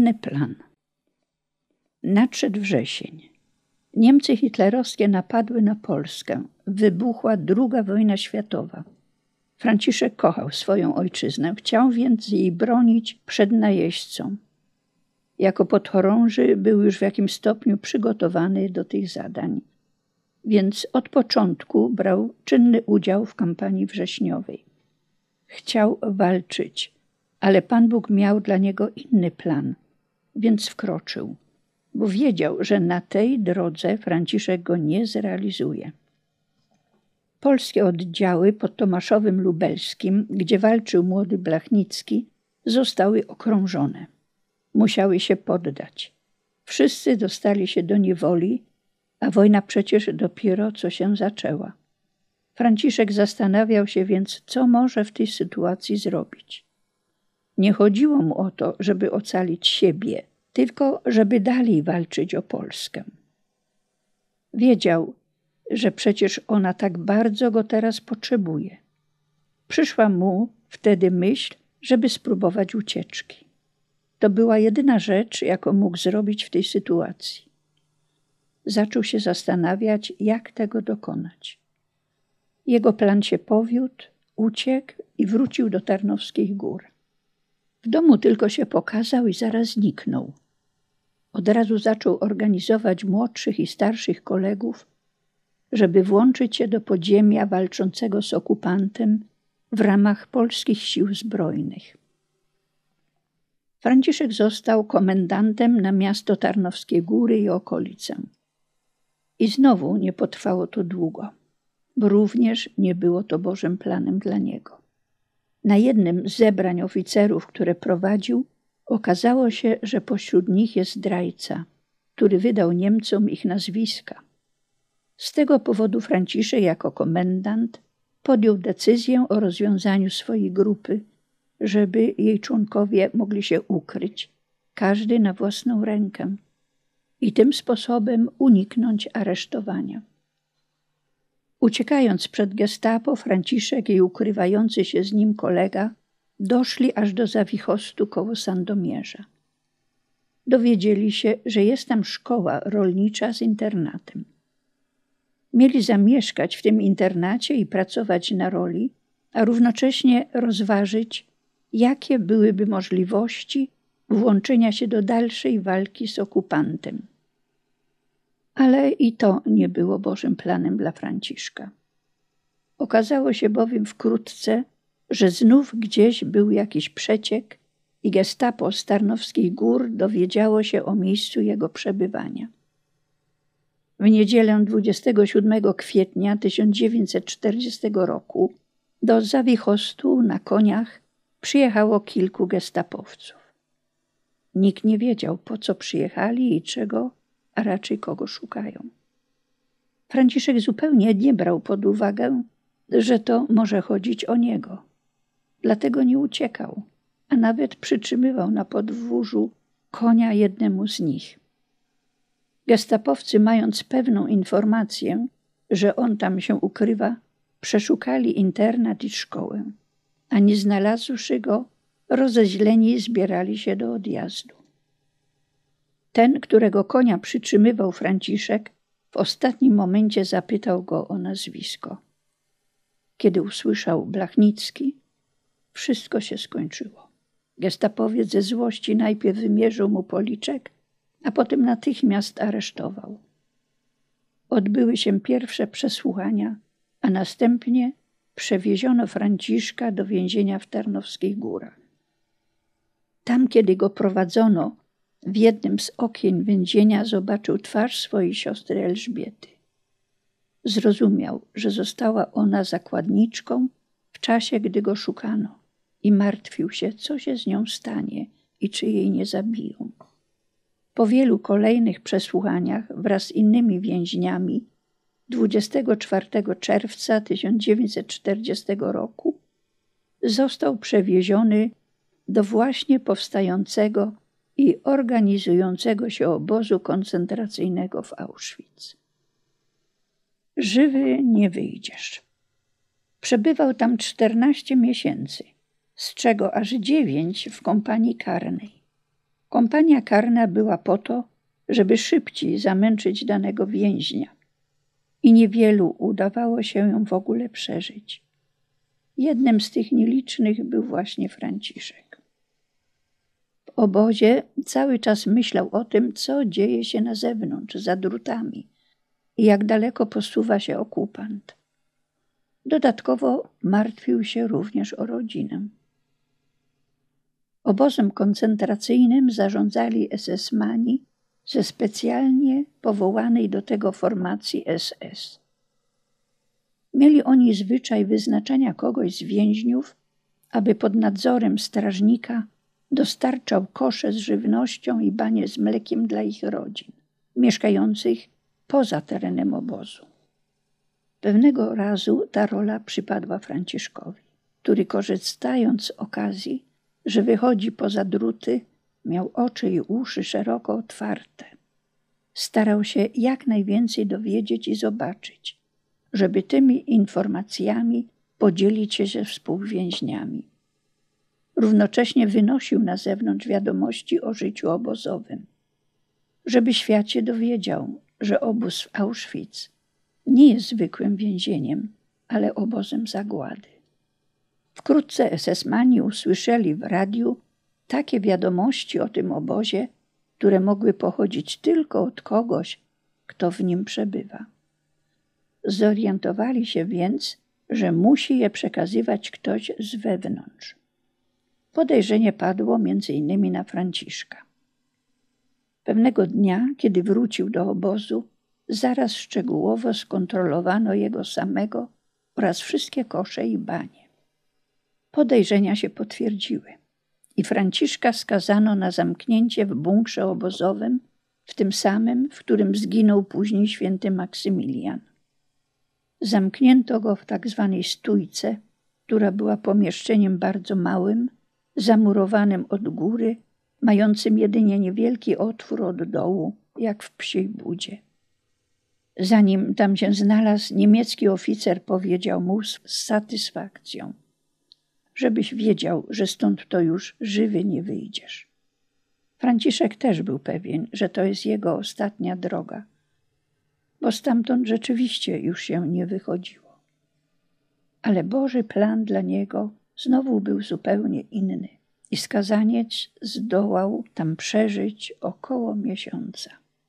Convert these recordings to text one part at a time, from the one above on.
inny plan. Nadszedł wrzesień. Niemcy hitlerowskie napadły na Polskę. Wybuchła II wojna światowa. Franciszek kochał swoją ojczyznę, chciał więc jej bronić przed najeźdźcą. Jako podchorąży był już w jakimś stopniu przygotowany do tych zadań, więc od początku brał czynny udział w kampanii wrześniowej. Chciał walczyć, ale Pan Bóg miał dla niego inny plan, więc wkroczył, bo wiedział, że na tej drodze Franciszek go nie zrealizuje. Polskie oddziały pod Tomaszowem Lubelskim, gdzie walczył młody Blachnicki, zostały okrążone. Musiały się poddać. Wszyscy dostali się do niewoli, a wojna przecież dopiero co się zaczęła. Franciszek zastanawiał się więc, co może w tej sytuacji zrobić. Nie chodziło mu o to, żeby ocalić siebie, tylko żeby dalej walczyć o Polskę. Wiedział, że przecież ona tak bardzo go teraz potrzebuje. Przyszła mu wtedy myśl, żeby spróbować ucieczki. To była jedyna rzecz, jaką mógł zrobić w tej sytuacji. Zaczął się zastanawiać, jak tego dokonać. Jego plan się powiódł, uciekł i wrócił do Tarnowskich Gór. W domu tylko się pokazał i zaraz zniknął. Od razu zaczął organizować młodszych i starszych kolegów, żeby włączyć się do podziemia walczącego z okupantem w ramach polskich sił zbrojnych. Franciszek został komendantem na miasto Tarnowskie Góry i okolice. I znowu nie potrwało to długo, bo również nie było to Bożym planem dla niego. Na jednym z zebrań oficerów, które prowadził, okazało się, że pośród nich jest zdrajca, który wydał Niemcom ich nazwiska. Z tego powodu Franciszek jako komendant podjął decyzję o rozwiązaniu swojej grupy, żeby jej członkowie mogli się ukryć, każdy na własną rękę, i tym sposobem uniknąć aresztowania. Uciekając przed gestapo, Franciszek i ukrywający się z nim kolega doszli aż do Zawichostu koło Sandomierza. Dowiedzieli się, że jest tam szkoła rolnicza z internatem. Mieli zamieszkać w tym internacie i pracować na roli, a równocześnie rozważyć, jakie byłyby możliwości włączenia się do dalszej walki z okupantem. Ale i to nie było Bożym planem dla Franciszka. Okazało się bowiem wkrótce, że znów gdzieś był jakiś przeciek i gestapo z Tarnowskich Gór dowiedziało się o miejscu jego przebywania. W niedzielę 27 kwietnia 1940 roku do Zawichostu na koniach przyjechało kilku gestapowców. Nikt nie wiedział, po co przyjechali i czego, a raczej kogo szukają. Franciszek zupełnie nie brał pod uwagę, że to może chodzić o niego. Dlatego nie uciekał, a nawet przytrzymywał na podwórzu konia jednemu z nich. Gestapowcy, mając pewną informację, że on tam się ukrywa, przeszukali internat i szkołę, a nie znalazłszy go, rozeźleni zbierali się do odjazdu. Ten, którego konia przytrzymywał Franciszek, w ostatnim momencie zapytał go o nazwisko. Kiedy usłyszał Blachnicki, wszystko się skończyło. Gestapowiec ze złości najpierw wymierzył mu policzek, a potem natychmiast aresztował. Odbyły się pierwsze przesłuchania, a następnie przewieziono Franciszka do więzienia w Tarnowskich Górach. Tam, kiedy go prowadzono, w jednym z okien więzienia zobaczył twarz swojej siostry Elżbiety. Zrozumiał, że została ona zakładniczką w czasie, gdy go szukano, i martwił się, co się z nią stanie i czy jej nie zabiją. Po wielu kolejnych przesłuchaniach wraz z innymi więźniami 24 czerwca 1940 roku został przewieziony do właśnie powstającego i organizującego się obozu koncentracyjnego w Auschwitz. Żywy nie wyjdziesz. Przebywał tam 14 miesięcy, z czego aż 9 w kompanii karnej. Kompania karna była po to, żeby szybciej zamęczyć danego więźnia i niewielu udawało się ją w ogóle przeżyć. Jednym z tych nielicznych był właśnie Franciszek. W obozie cały czas myślał o tym, co dzieje się na zewnątrz, za drutami i jak daleko posuwa się okupant. Dodatkowo martwił się również o rodzinę. Obozem koncentracyjnym zarządzali SS-mani ze specjalnie powołanej do tego formacji SS. Mieli oni zwyczaj wyznaczania kogoś z więźniów, aby pod nadzorem strażnika dostarczał kosze z żywnością i banie z mlekiem dla ich rodzin, mieszkających poza terenem obozu. Pewnego razu ta rola przypadła Franciszkowi, który korzystając z okazji, że wychodzi poza druty, miał oczy i uszy szeroko otwarte. Starał się jak najwięcej dowiedzieć i zobaczyć, żeby tymi informacjami podzielić się ze współwięźniami. Równocześnie wynosił na zewnątrz wiadomości o życiu obozowym, żeby świat się dowiedział, że obóz w Auschwitz nie jest zwykłym więzieniem, ale obozem zagłady. Wkrótce SS-mani usłyszeli w radiu takie wiadomości o tym obozie, które mogły pochodzić tylko od kogoś, kto w nim przebywa. Zorientowali się więc, że musi je przekazywać ktoś z wewnątrz. Podejrzenie padło m.in. na Franciszka. Pewnego dnia, kiedy wrócił do obozu, zaraz szczegółowo skontrolowano jego samego oraz wszystkie kosze i banie. Podejrzenia się potwierdziły i Franciszka skazano na zamknięcie w bunkrze obozowym, w tym samym, w którym zginął później święty Maksymilian. Zamknięto go w tak zwanej stójce, która była pomieszczeniem bardzo małym, zamurowanym od góry, mającym jedynie niewielki otwór od dołu, jak w psiej budzie. Zanim tam się znalazł, niemiecki oficer powiedział mu z satysfakcją: żebyś wiedział, że stąd to już żywy nie wyjdziesz. Franciszek też był pewien, że to jest jego ostatnia droga, bo stamtąd rzeczywiście już się nie wychodziło. Ale Boży plan dla niego znowu był zupełnie inny i skazaniec zdołał tam przeżyć około miesiąca.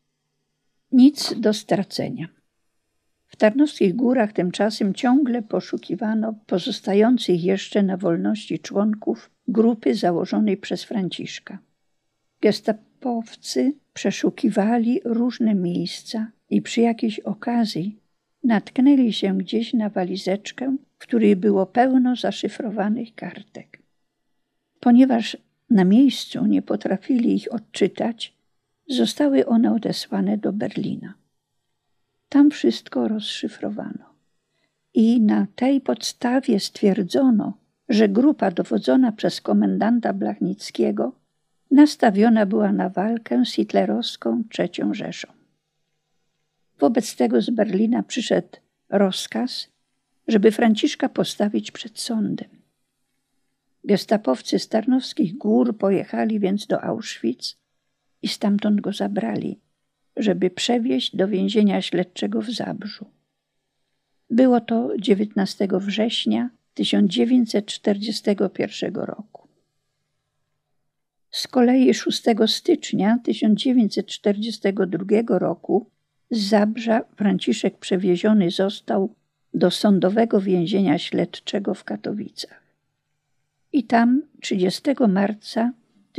Nic do stracenia. W Tarnowskich Górach tymczasem ciągle poszukiwano pozostających jeszcze na wolności członków grupy założonej przez Franciszka. Gestapowcy przeszukiwali różne miejsca i przy jakiejś okazji natknęli się gdzieś na walizeczkę, w której było pełno zaszyfrowanych kartek. Ponieważ na miejscu nie potrafili ich odczytać, zostały one odesłane do Berlina. Tam wszystko rozszyfrowano i na tej podstawie stwierdzono, że grupa dowodzona przez komendanta Blachnickiego nastawiona była na walkę z hitlerowską III Rzeszą. Wobec tego z Berlina przyszedł rozkaz, żeby Franciszka postawić przed sądem. Gestapowcy z Tarnowskich Gór pojechali więc do Auschwitz i stamtąd go zabrali, żeby przewieźć do więzienia śledczego w Zabrzu. Było to 19 września 1941 roku. Z kolei 6 stycznia 1942 roku z Zabrza Franciszek przewieziony został do sądowego więzienia śledczego w Katowicach. I tam 30 marca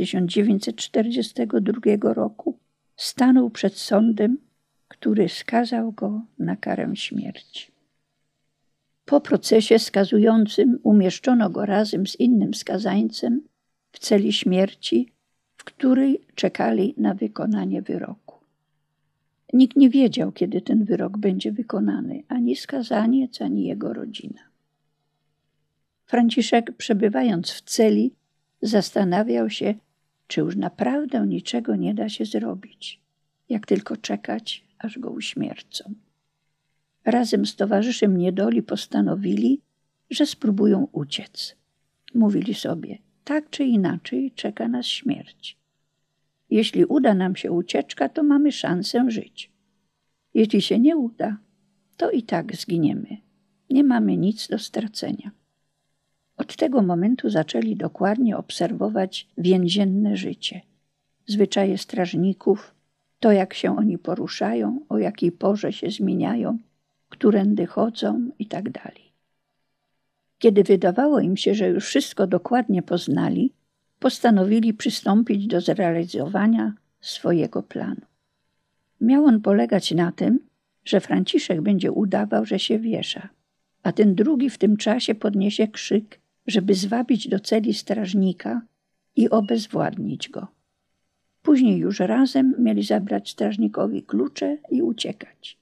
1942 roku stanął przed sądem, który skazał go na karę śmierci. Po procesie skazującym umieszczono go razem z innym skazańcem w celi śmierci, w której czekali na wykonanie wyroku. Nikt nie wiedział, kiedy ten wyrok będzie wykonany, ani skazaniec, ani jego rodzina. Franciszek, przebywając w celi, zastanawiał się, czy już naprawdę niczego nie da się zrobić, jak tylko czekać, aż go uśmiercą. Razem z towarzyszem niedoli postanowili, że spróbują uciec. Mówili sobie, tak czy inaczej czeka nas śmierć. Jeśli uda nam się ucieczka, to mamy szansę żyć. Jeśli się nie uda, to i tak zginiemy. Nie mamy nic do stracenia. Od tego momentu zaczęli dokładnie obserwować więzienne życie. Zwyczaje strażników, to jak się oni poruszają, o jakiej porze się zmieniają, którędy chodzą i tak dalej. Kiedy wydawało im się, że już wszystko dokładnie poznali, postanowili przystąpić do zrealizowania swojego planu. Miał on polegać na tym, że Franciszek będzie udawał, że się wiesza, a ten drugi w tym czasie podniesie krzyk, żeby zwabić do celi strażnika i obezwładnić go. Później już razem mieli zabrać strażnikowi klucze i uciekać.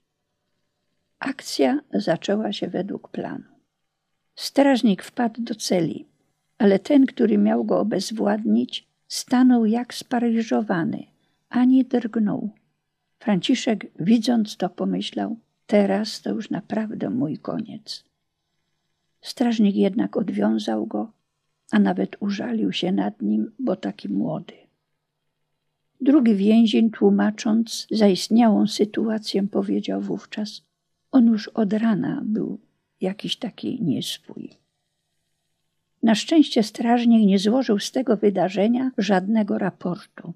Akcja zaczęła się według planu. Strażnik wpadł do celi, ale ten, który miał go obezwładnić, stanął jak sparaliżowany, ani drgnął. Franciszek, widząc to, pomyślał, teraz to już naprawdę mój koniec. Strażnik jednak odwiązał go, a nawet użalił się nad nim, bo taki młody. Drugi więzień, tłumacząc zaistniałą sytuację, powiedział wówczas, on już od rana był jakiś taki nieswój. Na szczęście strażnik nie złożył z tego wydarzenia żadnego raportu.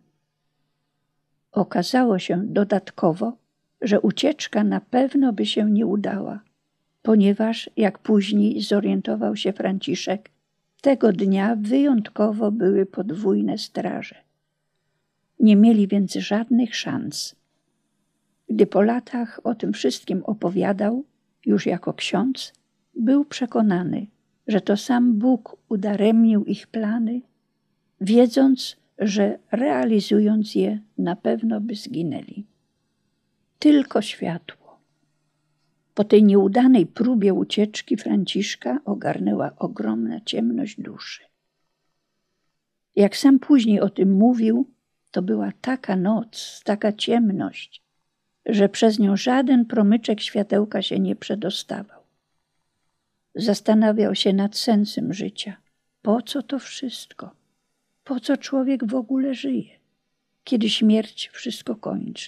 Okazało się dodatkowo, że ucieczka na pewno by się nie udała, ponieważ, jak później zorientował się Franciszek, tego dnia wyjątkowo były podwójne straże. Nie mieli więc żadnych szans. Gdy po latach o tym wszystkim opowiadał, już jako ksiądz, był przekonany, że to sam Bóg udaremnił ich plany, wiedząc, że realizując je na pewno by zginęli. Tylko światło. Po tej nieudanej próbie ucieczki Franciszka ogarnęła ogromna ciemność duszy. Jak sam później o tym mówił, to była taka noc, taka ciemność, że przez nią żaden promyczek światełka się nie przedostawał. Zastanawiał się nad sensem życia. Po co to wszystko? Po co człowiek w ogóle żyje, kiedy śmierć wszystko kończy?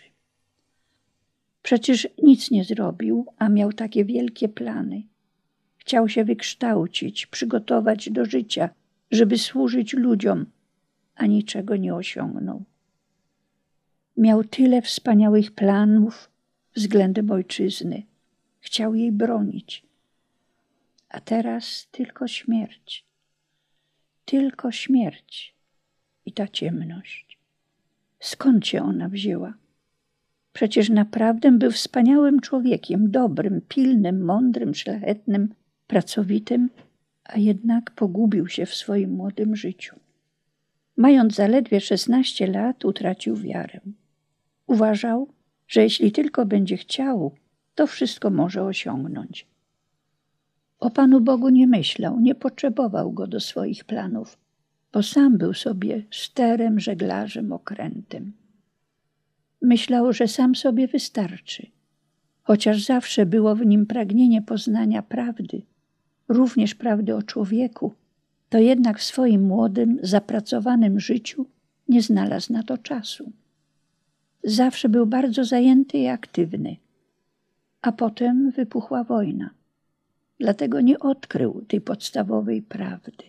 Przecież nic nie zrobił, a miał takie wielkie plany. Chciał się wykształcić, przygotować do życia, żeby służyć ludziom, a niczego nie osiągnął. Miał tyle wspaniałych planów względem ojczyzny. Chciał jej bronić. A teraz tylko śmierć. Tylko śmierć i ta ciemność. Skąd się ona wzięła? Przecież naprawdę był wspaniałym człowiekiem, dobrym, pilnym, mądrym, szlachetnym, pracowitym, a jednak pogubił się w swoim młodym życiu. Mając zaledwie 16 lat, utracił wiarę. Uważał, że jeśli tylko będzie chciał, to wszystko może osiągnąć. O Panu Bogu nie myślał, nie potrzebował Go do swoich planów, bo sam był sobie sterem, żeglarzem, okrętem. Myślał, że sam sobie wystarczy, chociaż zawsze było w nim pragnienie poznania prawdy, również prawdy o człowieku, to jednak w swoim młodym, zapracowanym życiu nie znalazł na to czasu. Zawsze był bardzo zajęty i aktywny, a potem wybuchła wojna. Dlatego nie odkrył tej podstawowej prawdy.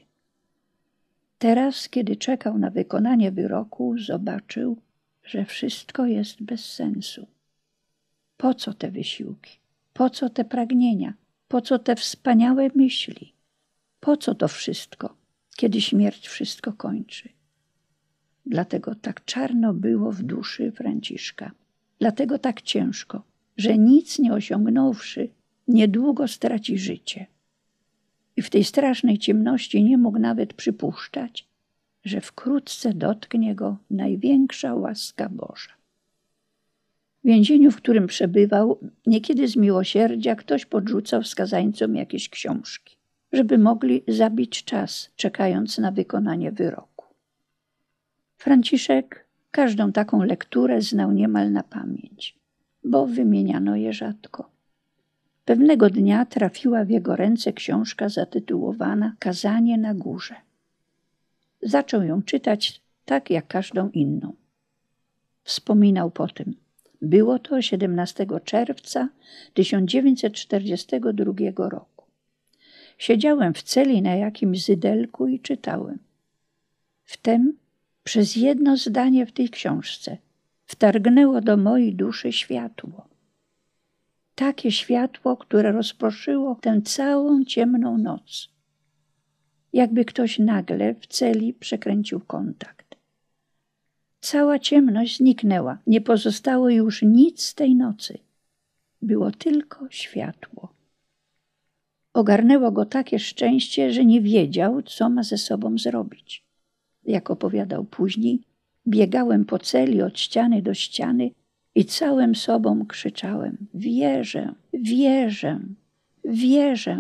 Teraz, kiedy czekał na wykonanie wyroku, zobaczył, że wszystko jest bez sensu. Po co te wysiłki? Po co te pragnienia? Po co te wspaniałe myśli? Po co to wszystko, kiedy śmierć wszystko kończy? Dlatego tak czarno było w duszy Franciszka. Dlatego tak ciężko, że nic nie osiągnąwszy, niedługo straci życie. I w tej strasznej ciemności nie mógł nawet przypuszczać, że wkrótce dotknie go największa łaska Boża. W więzieniu, w którym przebywał, niekiedy z miłosierdzia ktoś podrzucał skazańcom jakieś książki, żeby mogli zabić czas, czekając na wykonanie wyroku. Franciszek każdą taką lekturę znał niemal na pamięć, bo wymieniano je rzadko. Pewnego dnia trafiła w jego ręce książka zatytułowana Kazanie na górze. Zaczął ją czytać tak jak każdą inną. Wspominał potem. Było to 17 czerwca 1942 roku. Siedziałem w celi na jakimś zydelku i czytałem. Wtem przez jedno zdanie w tej książce wtargnęło do mojej duszy światło. Takie światło, które rozproszyło tę całą ciemną noc. Jakby ktoś nagle w celi przekręcił kontakt. Cała ciemność zniknęła, nie pozostało już nic z tej nocy. Było tylko światło. Ogarnęło go takie szczęście, że nie wiedział, co ma ze sobą zrobić. Jak opowiadał później, biegałem po celi od ściany do ściany i całym sobą krzyczałem: wierzę, wierzę, wierzę.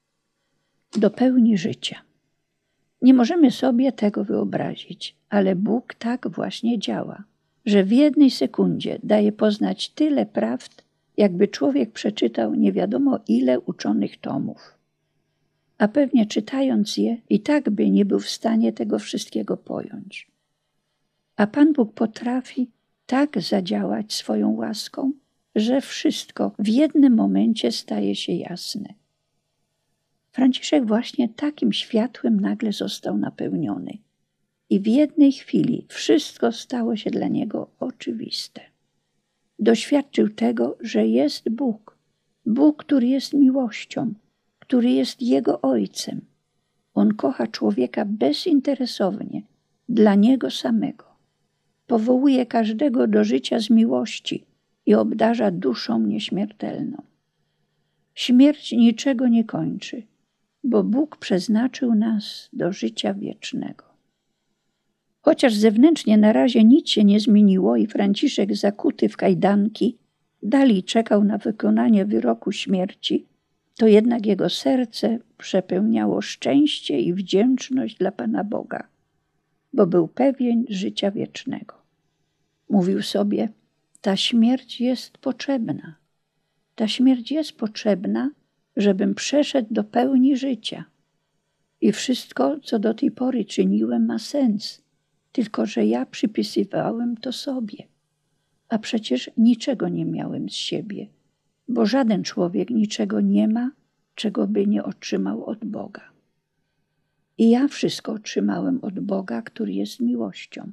Do pełni życia. Nie możemy sobie tego wyobrazić, ale Bóg tak właśnie działa, że w jednej sekundzie daje poznać tyle prawd, jakby człowiek przeczytał nie wiadomo ile uczonych tomów. A pewnie czytając je i tak by nie był w stanie tego wszystkiego pojąć. A Pan Bóg potrafi tak zadziałać swoją łaską, że wszystko w jednym momencie staje się jasne. Franciszek właśnie takim światłem nagle został napełniony. I w jednej chwili wszystko stało się dla niego oczywiste. Doświadczył tego, że jest Bóg. Bóg, który jest miłością, który jest Jego Ojcem. On kocha człowieka bezinteresownie, dla Niego samego. Powołuje każdego do życia z miłości i obdarza duszą nieśmiertelną. Śmierć niczego nie kończy, bo Bóg przeznaczył nas do życia wiecznego. Chociaż zewnętrznie na razie nic się nie zmieniło i Franciszek zakuty w kajdanki dalej czekał na wykonanie wyroku śmierci, to jednak jego serce przepełniało szczęście i wdzięczność dla Pana Boga, bo był pewien życia wiecznego. Mówił sobie, ta śmierć jest potrzebna. Ta śmierć jest potrzebna, żebym przeszedł do pełni życia. I wszystko, co do tej pory czyniłem, ma sens, tylko że ja przypisywałem to sobie. A przecież niczego nie miałem z siebie, bo żaden człowiek niczego nie ma, czego by nie otrzymał od Boga. I ja wszystko otrzymałem od Boga, który jest miłością.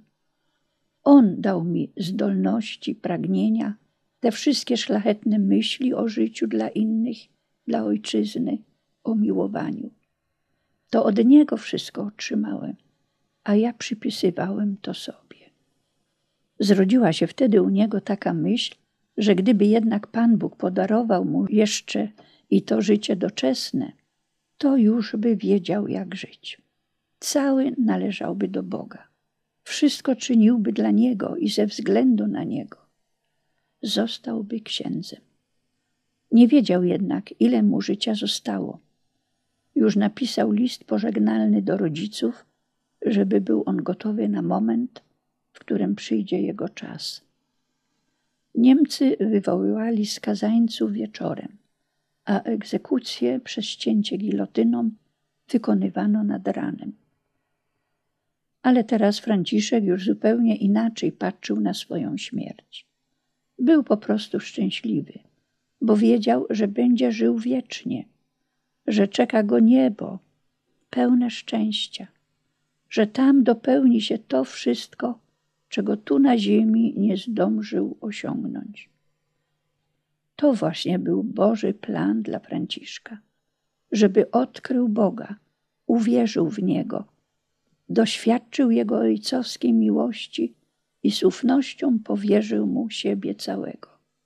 On dał mi zdolności, pragnienia, te wszystkie szlachetne myśli o życiu dla innych, dla ojczyzny, o miłowaniu. To od Niego wszystko otrzymałem, a ja przypisywałem to sobie. Zrodziła się wtedy u niego taka myśl, że gdyby jednak Pan Bóg podarował mu jeszcze i to życie doczesne, to już by wiedział, jak żyć. Cały należałby do Boga. Wszystko czyniłby dla Niego i ze względu na Niego. Zostałby księdzem. Nie wiedział jednak, ile mu życia zostało. Już napisał list pożegnalny do rodziców, żeby był on gotowy na moment, w którym przyjdzie jego czas. Niemcy wywoływali skazańców wieczorem, a egzekucję przez cięcie gilotyną wykonywano nad ranem. Ale teraz Franciszek już zupełnie inaczej patrzył na swoją śmierć. Był po prostu szczęśliwy, bo wiedział, że będzie żył wiecznie, że czeka go niebo pełne szczęścia, że tam dopełni się to wszystko, czego tu na ziemi nie zdążył osiągnąć. To właśnie był Boży plan dla Franciszka, żeby odkrył Boga, uwierzył w Niego, doświadczył Jego ojcowskiej miłości i z ufnością powierzył Mu siebie całego.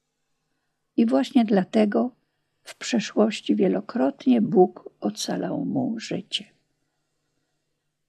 I właśnie dlatego w przeszłości wielokrotnie Bóg ocalał mu życie.